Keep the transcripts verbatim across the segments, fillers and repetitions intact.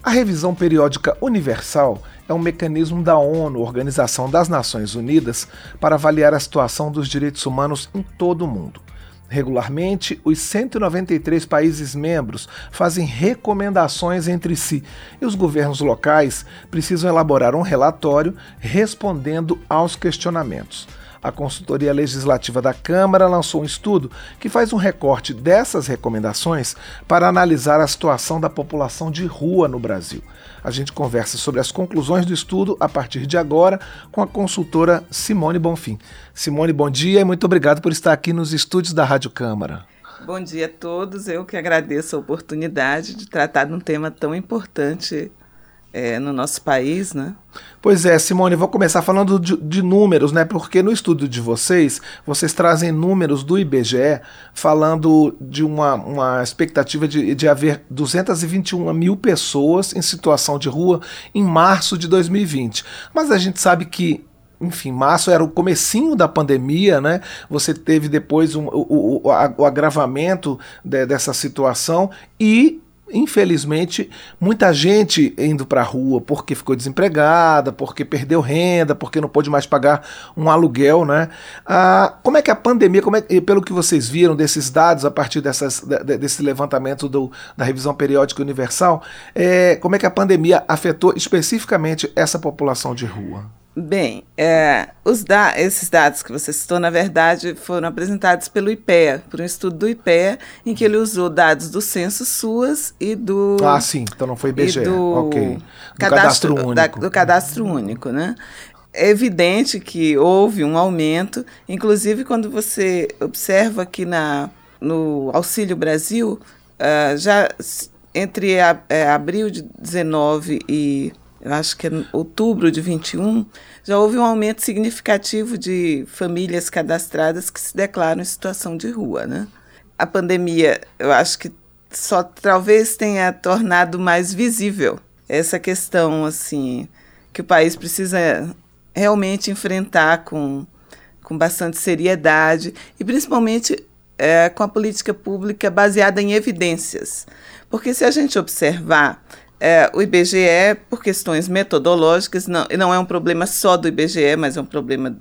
A revisão periódica universal é um mecanismo da ONU, Organização das Nações Unidas, para avaliar a situação dos direitos humanos em todo o mundo. Regularmente, os cento e noventa e três países membros fazem recomendações entre si e os governos locais precisam elaborar um relatório respondendo aos questionamentos. A Consultoria Legislativa da Câmara lançou um estudo que faz um recorte dessas recomendações para analisar a situação da população de rua no Brasil. A gente conversa sobre as conclusões do estudo a partir de agora com a consultora Simone Bonfim. Simone, bom dia e muito obrigado por estar aqui nos estúdios da Rádio Câmara. Bom dia a todos, eu que agradeço a oportunidade de tratar de um tema tão importante É, no nosso país, né? Pois é, Simone, vou começar falando de, de números, né? Porque no estudo de vocês, vocês trazem números do I B G E falando de uma, uma expectativa de, de haver duzentas e vinte e uma mil pessoas em situação de rua em março de dois mil e vinte. Mas a gente sabe que, enfim, março era o comecinho da pandemia, né? Você teve depois um, o, o, o agravamento de, dessa situação e infelizmente, muita gente indo para a rua porque ficou desempregada, porque perdeu renda, porque não pôde mais pagar um aluguel, né? Ah, como é que a pandemia, como é, pelo que vocês viram desses dados a partir dessas, desse levantamento do, da revisão periódica universal, é, como é que a pandemia afetou especificamente essa população de rua? Bem, é, os da- esses dados que você citou, na verdade, foram apresentados pelo IPEA, por um estudo do IPEA, em que ele usou dados do Censo SUAS e do... Ah, sim, então não foi I B G E, do ok. Do cadastro, cadastro único. Da, do cadastro único, né? É evidente que houve um aumento, inclusive quando você observa que na, no Auxílio Brasil, uh, já entre a, é, abril de dezenove e... eu acho que é outubro de vinte e um, já houve um aumento significativo de famílias cadastradas que se declaram em situação de rua, né? A pandemia, eu acho que só talvez tenha tornado mais visível essa questão, assim, que o país precisa realmente enfrentar com, com bastante seriedade e principalmente é, com a política pública baseada em evidências. Porque se a gente observar, É, o I B G E, por questões metodológicas, não, não é um problema só do I B G E, mas é um problema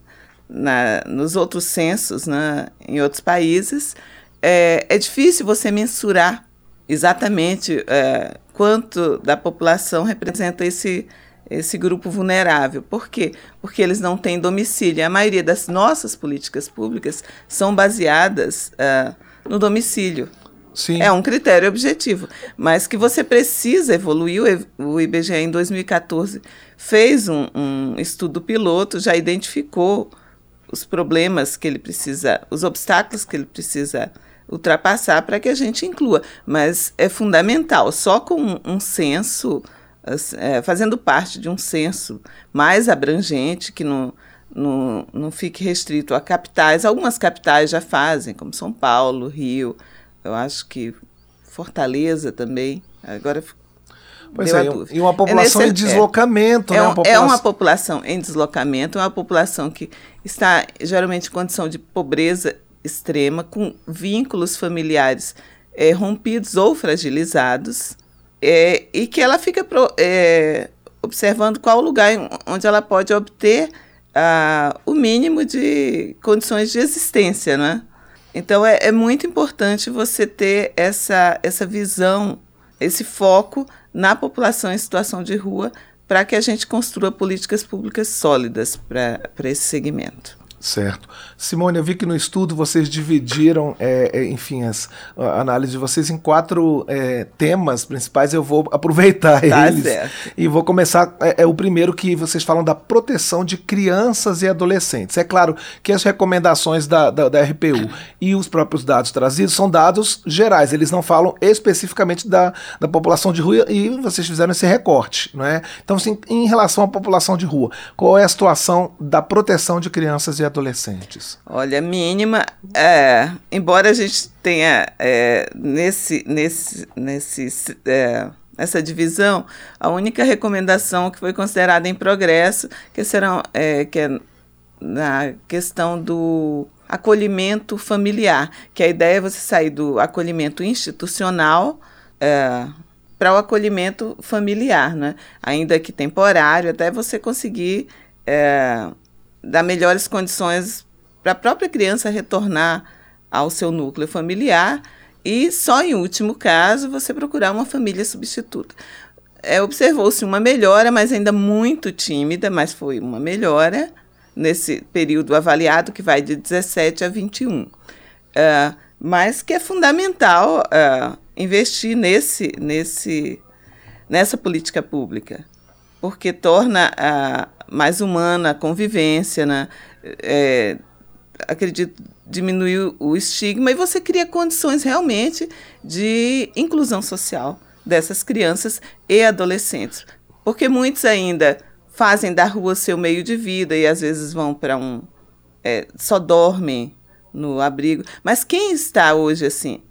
na, nos outros censos, né, em outros países. É, é difícil você mensurar exatamente é, quanto da população representa esse, esse grupo vulnerável. Por quê? Porque eles não têm domicílio. A maioria das nossas políticas públicas são baseadas é, no domicílio. Sim. É um critério objetivo, mas que você precisa evoluir. O I B G E, em dois mil e catorze, fez um, um estudo piloto, já identificou os problemas que ele precisa, os obstáculos que ele precisa ultrapassar para que a gente inclua. Mas é fundamental, só com um, um censo, é, fazendo parte de um censo mais abrangente, que não, não, não fique restrito a capitais. Algumas capitais já fazem, como São Paulo, Rio... Eu acho que Fortaleza também. Agora pois é, e uma população é nesse, em deslocamento, é, né? É, uma população... é uma população em deslocamento, é uma população que está geralmente em condição de pobreza extrema, com vínculos familiares é, rompidos ou fragilizados, é, e que ela fica pro, é, observando qual lugar onde ela pode obter ah, o mínimo de condições de existência, né? Então, é, é muito importante você ter essa, essa visão, esse foco na população em situação de rua para que a gente construa políticas públicas sólidas para esse segmento. Certo. Simone, eu vi que no estudo vocês dividiram, é, enfim, as, a análise de vocês em quatro é, temas principais. Eu vou aproveitar tá eles certo. E vou começar, é, é o primeiro que vocês falam da proteção de crianças e adolescentes. É claro que as recomendações da, da, da R P U e os próprios dados trazidos são dados gerais, eles não falam especificamente da, da população de rua e vocês fizeram esse recorte, não é? Então, assim, em relação à população de rua, qual é a situação da proteção de crianças e adolescentes? Olha, mínima, é, embora a gente tenha é, nesse, nesse, nesse, é, essa divisão, a única recomendação que foi considerada em progresso, que, serão, é, que é na questão do acolhimento familiar, que a ideia é você sair do acolhimento institucional, é, para o acolhimento familiar, né? Ainda que temporário, até você conseguir é, dar melhores condições para a própria criança retornar ao seu núcleo familiar e só em último caso você procurar uma família substituta. É, observou-se uma melhora, mas ainda muito tímida, mas foi uma melhora nesse período avaliado que vai de dezessete a vinte e um. Uh, mas que é fundamental uh, investir nesse, nesse, nessa política pública, porque torna uh, mais humana a convivência, né? É, acredito, diminuir o estigma e você cria condições realmente de inclusão social dessas crianças e adolescentes. Porque muitos ainda fazem da rua seu meio de vida e às vezes vão para um... É, só dormem no abrigo. Mas quem está hoje, assim,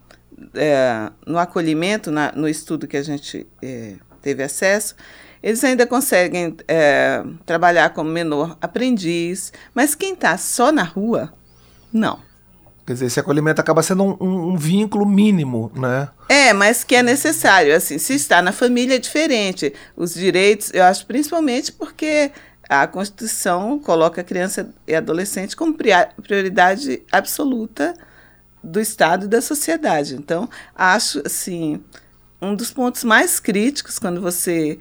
é, no acolhimento, na, no estudo que a gente é, teve acesso, eles ainda conseguem é, trabalhar como menor aprendiz, mas quem está só na rua, não. Quer dizer, esse acolhimento acaba sendo um, um, um vínculo mínimo, né? É, mas que é necessário. Assim, se está na família é diferente. Os direitos, eu acho principalmente porque a Constituição coloca a criança e adolescente como prioridade absoluta do Estado e da sociedade. Então, acho, assim, um dos pontos mais críticos quando você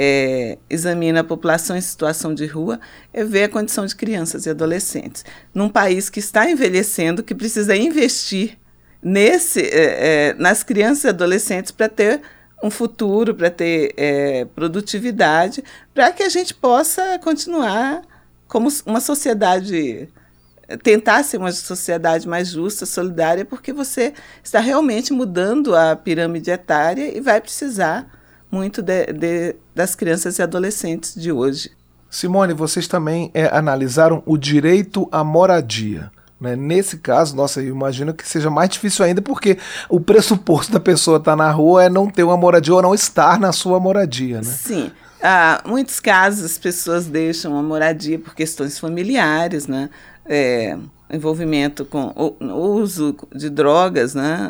é, examina a população em situação de rua é ver a condição de crianças e adolescentes. Num país que está envelhecendo, que precisa investir nesse, é, é, nas crianças e adolescentes para ter um futuro, para ter é, produtividade, para que a gente possa continuar como uma sociedade, tentar ser uma sociedade mais justa, solidária, porque você está realmente mudando a pirâmide etária e vai precisar muito de, de, das crianças e adolescentes de hoje. Simone, vocês também é, analisaram o direito à moradia. Né? Nesse caso, nossa, eu imagino que seja mais difícil ainda, porque o pressuposto da pessoa estar na rua é não ter uma moradia ou não estar na sua moradia. Né? Sim. Ah, muitos casos as pessoas deixam a moradia por questões familiares, né? É, envolvimento com o, o uso de drogas, né?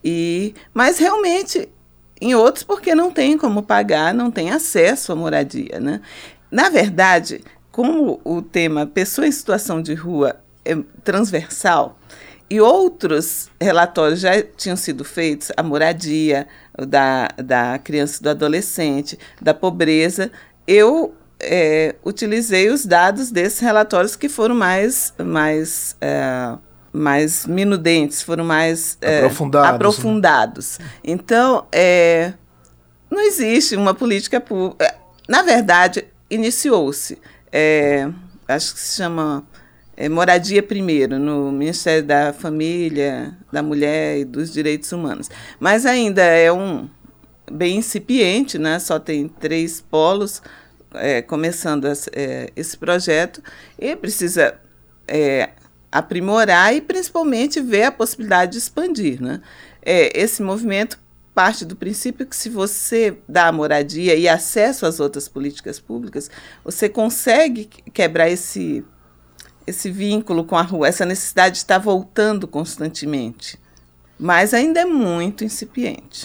E, mas realmente, em outros, porque não tem como pagar, não tem acesso à moradia. Né? Na verdade, como o tema pessoa em situação de rua é transversal, e outros relatórios já tinham sido feitos, a moradia da, da criança e do adolescente, da pobreza, eu é, utilizei os dados desses relatórios que foram mais, mais, é, mais minudentes, foram mais é, aprofundados. aprofundados. Então, é, não existe uma política pública. Na verdade, iniciou-se, é, acho que se chama... É, Moradia Primeiro, no Ministério da Família, da Mulher e dos Direitos Humanos. Mas ainda é um bem incipiente, né? Só tem três polos é, começando as, é, esse projeto e precisa é, aprimorar e principalmente ver a possibilidade de expandir. Né? É, esse movimento parte do princípio que se você dá moradia e acesso às outras políticas públicas, você consegue quebrar esse... esse vínculo com a rua, essa necessidade de estar voltando constantemente. Mas ainda é muito incipiente.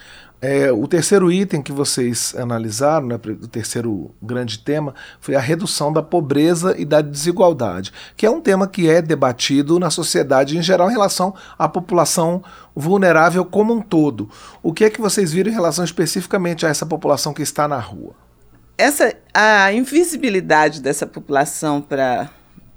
É, o terceiro item que vocês analisaram, né, o terceiro grande tema, foi a redução da pobreza e da desigualdade, que é um tema que é debatido na sociedade em geral em relação à população vulnerável como um todo. O que é que vocês viram em relação especificamente a essa população que está na rua? Essa, a invisibilidade dessa população para...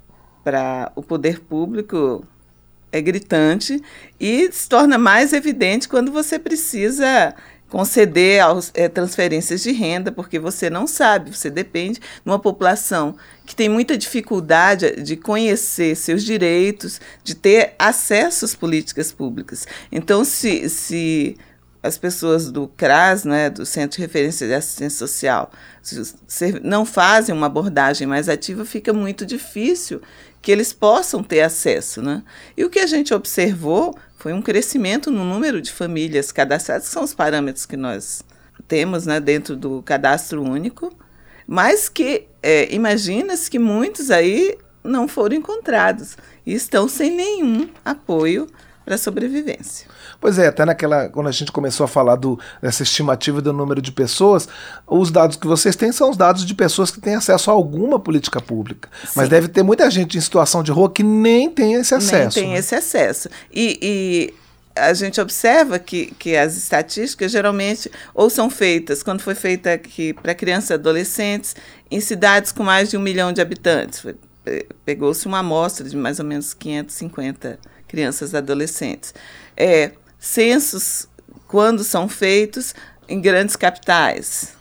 para o poder público é gritante e se torna mais evidente quando você precisa conceder aos, é, transferências de renda, porque você não sabe, você depende de uma população que tem muita dificuldade de conhecer seus direitos, de ter acesso às políticas públicas. Então, se, se as pessoas do CRAS, né, do Centro de Referência de Assistência Social, se não fazem uma abordagem mais ativa, fica muito difícil que eles possam ter acesso. Né? E o que a gente observou foi um crescimento no número de famílias cadastradas, que são os parâmetros que nós temos, né, dentro do cadastro único, mas que é, imagina-se que muitos aí não foram encontrados e estão sem nenhum apoio para a sobrevivência. Pois é, até naquela, quando a gente começou a falar do, dessa estimativa do número de pessoas, os dados que vocês têm são os dados de pessoas que têm acesso a alguma política pública. Sim. Mas deve ter muita gente em situação de rua que nem tem esse acesso. Nem tem né? esse acesso. E, e a gente observa que, que as estatísticas geralmente ou são feitas, quando foi feita aqui para crianças e adolescentes, em cidades com mais de um milhão de habitantes. Foi, pegou-se uma amostra de mais ou menos quinhentas e cinquenta crianças e adolescentes. É, censos, quando são feitos em grandes capitais.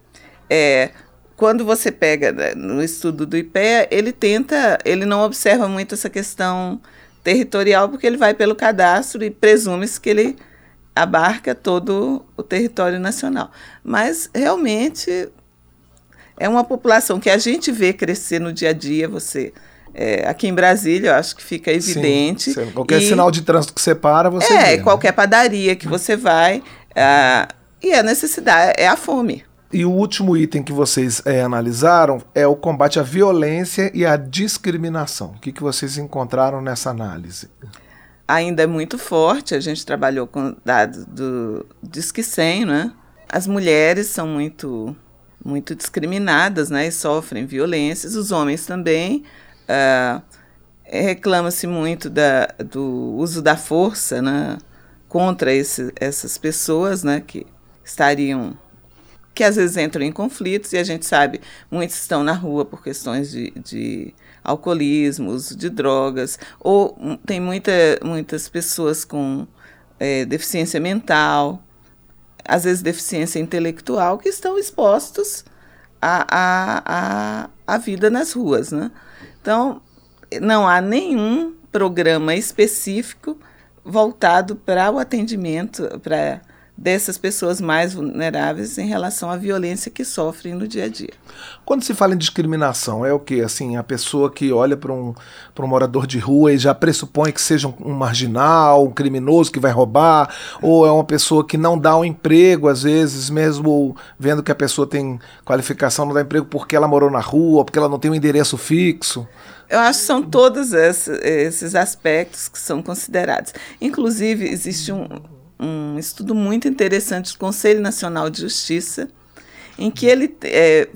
É, quando você pega né, no estudo do I P E A, ele tenta, ele não observa muito essa questão territorial, porque ele vai pelo cadastro e presume-se que ele abarca todo o território nacional. Mas, realmente, é uma população que a gente vê crescer no dia a dia, você... É, aqui em Brasília, eu acho que fica evidente. Sim, qualquer e, sinal de trânsito que você para, você é, vê. qualquer né? padaria que você vai, ah, e a necessidade é a fome. E o último item que vocês é, analisaram é o combate à violência e à discriminação. O que, que vocês encontraram nessa análise? Ainda é muito forte, a gente trabalhou com dados do Disque cem, né? As mulheres são muito, muito discriminadas, né? E sofrem violências, os homens também. Uh, reclama-se muito da, do uso da força, né, contra esse, essas pessoas, né, que estariam, que às vezes entram em conflitos, e a gente sabe, muitos estão na rua por questões de, de alcoolismo, uso de drogas, ou tem muita, muitas pessoas com é, deficiência mental, às vezes deficiência intelectual, que estão expostos à, à, à, à vida nas ruas, né? Então, não há nenhum programa específico voltado para o atendimento para dessas pessoas mais vulneráveis em relação à violência que sofrem no dia a dia. Quando se fala em discriminação, é o quê? Assim, a pessoa que olha para um, para um morador de rua e já pressupõe que seja um, um marginal, um criminoso que vai roubar, ou é uma pessoa que não dá um emprego, às vezes, mesmo vendo que a pessoa tem qualificação, não dá emprego porque ela morou na rua, porque ela não tem um endereço fixo? Eu acho que são todos esses aspectos que são considerados. Inclusive, existe um, um estudo muito interessante do Conselho Nacional de Justiça, em que ele, é,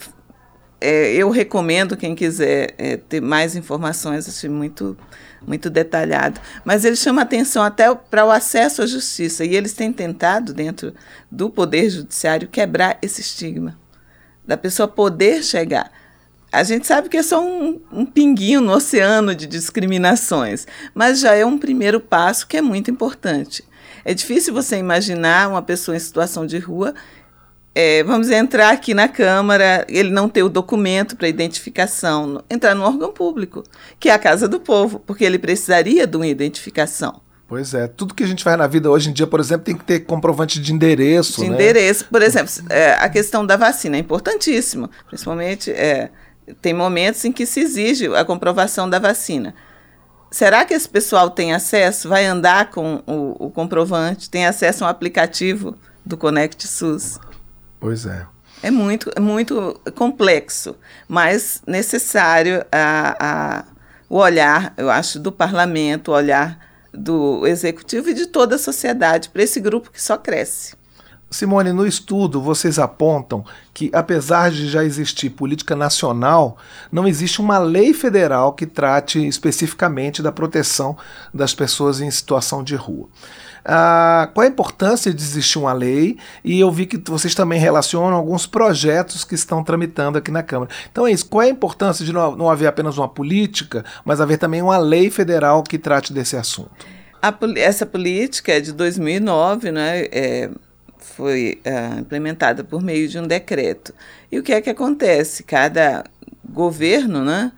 é, eu recomendo quem quiser é, ter mais informações, achei muito, muito detalhado, mas ele chama atenção até para o acesso à justiça, e eles têm tentado, dentro do Poder Judiciário, quebrar esse estigma, da pessoa poder chegar. A gente sabe que é só um, um pinguinho no oceano de discriminações, mas já é um primeiro passo que é muito importante. É difícil você imaginar uma pessoa em situação de rua, é, vamos entrar aqui na Câmara, ele não ter o documento para identificação, entrar no órgão público, que é a Casa do Povo, porque ele precisaria de uma identificação. Pois é, tudo que a gente faz na vida hoje em dia, por exemplo, tem que ter comprovante de endereço. De né? endereço, por exemplo, é, a questão da vacina é importantíssima, principalmente... É, tem momentos em que se exige a comprovação da vacina. Será que esse pessoal tem acesso, vai andar com o, o comprovante, tem acesso a um aplicativo do Conect SUS? Pois é. É muito, é muito complexo, mas necessário a, a, o olhar, eu acho, do parlamento, o olhar do executivo e de toda a sociedade para esse grupo que só cresce. Simone, no estudo vocês apontam que, apesar de já existir política nacional, não existe uma lei federal que trate especificamente da proteção das pessoas em situação de rua. Ah, qual a importância de existir uma lei? E eu vi que vocês também relacionam alguns projetos que estão tramitando aqui na Câmara. Então é isso, qual é a importância de não, não haver apenas uma política, mas haver também uma lei federal que trate desse assunto? A, essa política é de dois mil e nove, né? É... foi uh, implementada por meio de um decreto. E o que é que acontece? Cada governo, né,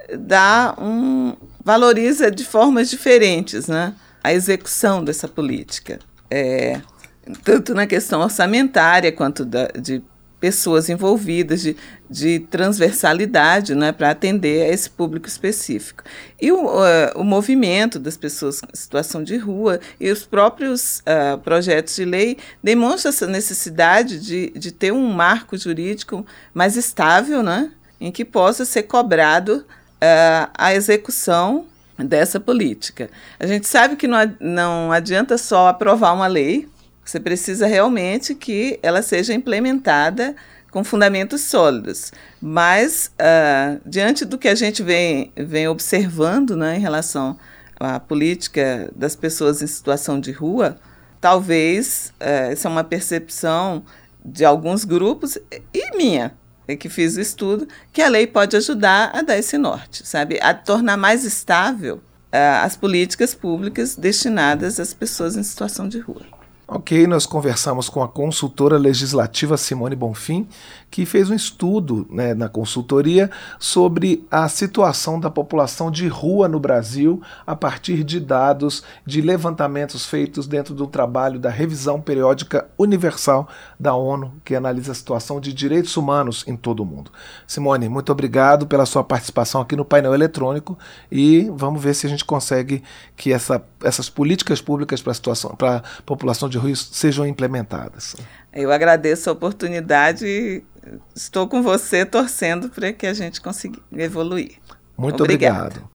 dá um, valoriza de formas diferentes, né, a execução dessa política. É, tanto na questão orçamentária quanto da, de pessoas envolvidas, de, de transversalidade, né, para atender a esse público específico. E o, uh, o movimento das pessoas em situação de rua e os próprios uh, projetos de lei demonstram essa necessidade de, de ter um marco jurídico mais estável, né, em que possa ser cobrado uh, a execução dessa política. A gente sabe que não, não adianta só aprovar uma lei, você precisa realmente que ela seja implementada com fundamentos sólidos. Mas, uh, diante do que a gente vem, vem observando, né, em relação à política das pessoas em situação de rua, talvez, uh, essa é uma percepção de alguns grupos, e minha, que fiz o estudo, que a lei pode ajudar a dar esse norte, sabe? A tornar mais estável uh, as políticas públicas destinadas às pessoas em situação de rua. Ok, nós conversamos com a consultora legislativa Simone Bonfim, que fez um estudo, né, na consultoria sobre a situação da população de rua no Brasil a partir de dados de levantamentos feitos dentro do trabalho da Revisão Periódica Universal da ONU, que analisa a situação de direitos humanos em todo o mundo. Simone, muito obrigado pela sua participação aqui no painel eletrônico e vamos ver se a gente consegue que essa, essas políticas públicas para a situação, para a população de rua sejam implementadas. Eu agradeço a oportunidade e estou com você torcendo para que a gente consiga evoluir. Muito Obrigada. obrigado.